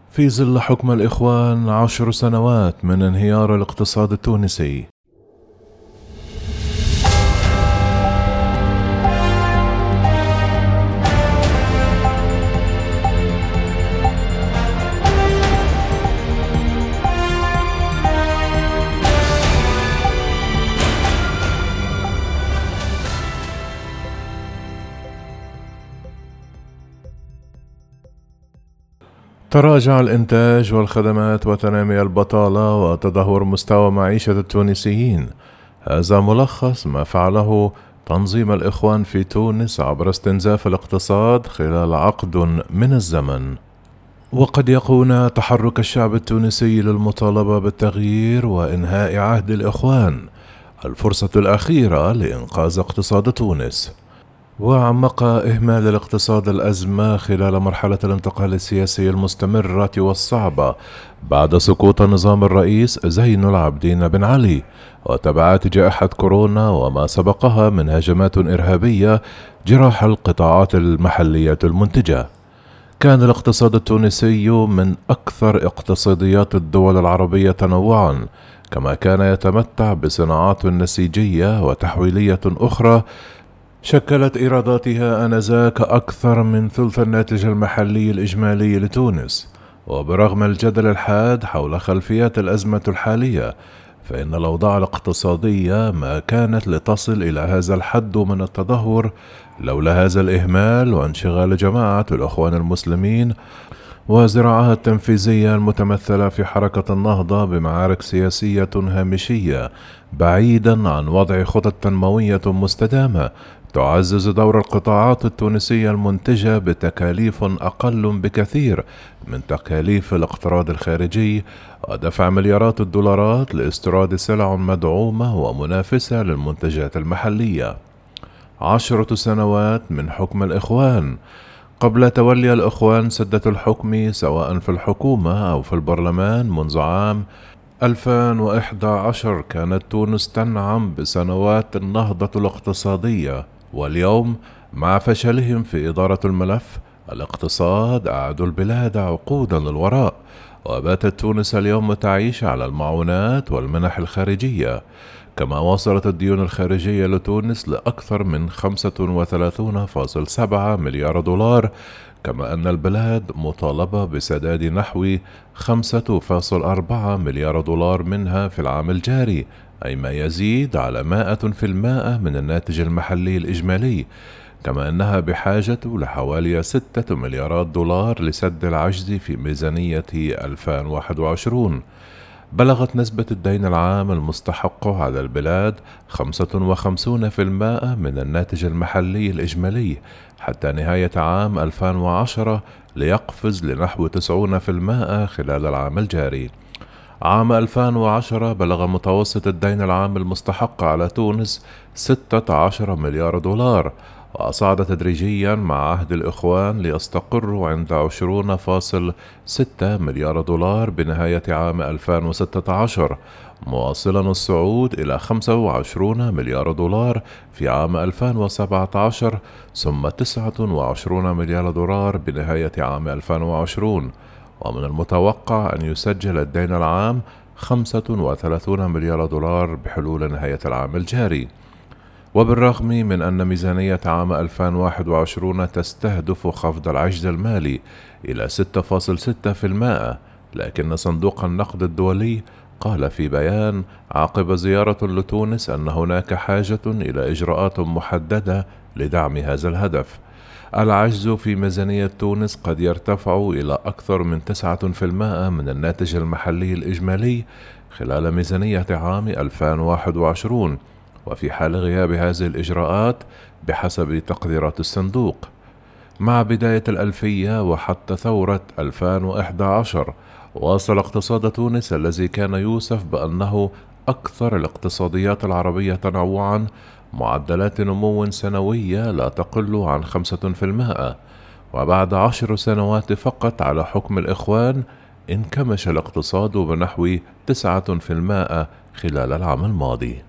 في ظل حكم الإخوان 10 سنوات من انهيار الاقتصاد التونسي. تراجع الإنتاج والخدمات وتنامي البطالة وتدهور مستوى معيشة التونسيين. هذا ملخص ما فعله تنظيم الإخوان في تونس عبر استنزاف الاقتصاد خلال عقد من الزمن. وقد يكون تحرك الشعب التونسي للمطالبة بالتغيير وإنهاء عهد الإخوان الفرصة الأخيرة لإنقاذ اقتصاد تونس. وعمق إهمال الاقتصاد الأزمة خلال مرحلة الانتقال السياسي المستمرة والصعبة بعد سقوط نظام الرئيس زين العابدين بن علي وتبعات جائحة كورونا وما سبقها من هجمات إرهابية جراح القطاعات المحلية المنتجة. كان الاقتصاد التونسي من أكثر اقتصاديات الدول العربية تنوعا، كما كان يتمتع بصناعات نسيجية وتحويلية أخرى شكلت إيراداتها آنذاك أكثر من ثلث الناتج المحلي الإجمالي لتونس. وبرغم الجدل الحاد حول خلفيات الأزمة الحالية، فإن الأوضاع الاقتصادية ما كانت لتصل إلى هذا الحد من التدهور لولا هذا الإهمال وانشغال جماعة الإخوان المسلمين وذراعها التنفيذية المتمثلة في حركة النهضة بمعارك سياسية هامشية، بعيدا عن وضع خطط تنموية مستدامة تعزز دور القطاعات التونسية المنتجة بتكاليف أقل بكثير من تكاليف الاقتراض الخارجي ودفع مليارات الدولارات لاستيراد سلع مدعومة ومنافسة للمنتجات المحلية. 10 سنوات من حكم الإخوان. قبل تولي الإخوان سدة الحكم سواء في الحكومة أو في البرلمان منذ عام 2011 كانت تونس تنعم بسنوات النهضة الاقتصادية، واليوم مع فشلهم في إدارة الملف الاقتصاد أعادوا البلاد عقودا للوراء، وباتت تونس اليوم تعيش على المعونات والمنح الخارجية. كما وصلت الديون الخارجية لتونس لأكثر من 35.7 مليار دولار، كما أن البلاد مطالبة بسداد نحو 5.4 مليار دولار منها في العام الجاري، أي ما يزيد على 100% من الناتج المحلي الإجمالي. كما أنها بحاجة لحوالي 6 مليارات دولار لسد العجز في ميزانية 2021. بلغت نسبة الدين العام المستحق على البلاد 55% من الناتج المحلي الإجمالي حتى نهاية عام 2010، ليقفز لنحو 90% خلال العام الجاري. عام 2010 بلغ متوسط الدين العام المستحق على تونس 16 مليار دولار، وصعد تدريجيا مع عهد الإخوان ليستقر عند 20.6 مليار دولار بنهاية عام 2016، مواصلا الصعود إلى 25 مليار دولار في عام 2017، ثم 29 مليار دولار بنهاية عام 2020. ومن المتوقع أن يسجل الدين العام 35 مليار دولار بحلول نهاية العام الجاري. وبالرغم من أن ميزانية عام 2021 تستهدف خفض العجز المالي إلى 6.6%، لكن صندوق النقد الدولي قال في بيان عقب زيارة لتونس أن هناك حاجة إلى إجراءات محددة لدعم هذا الهدف. العجز في ميزانية تونس قد يرتفع إلى أكثر من 9% من الناتج المحلي الإجمالي خلال ميزانية عام 2021، وفي حال غياب هذه الإجراءات بحسب تقديرات الصندوق. مع بداية الألفية وحتى ثورة 2011 واصل اقتصاد تونس الذي كان يوصف بأنه أكثر الاقتصاديات العربية تنوعا معدلات نمو سنوية لا تقل عن 5%، وبعد 10 سنوات فقط على حكم الإخوان انكمش الاقتصاد بنحو 9% خلال العام الماضي.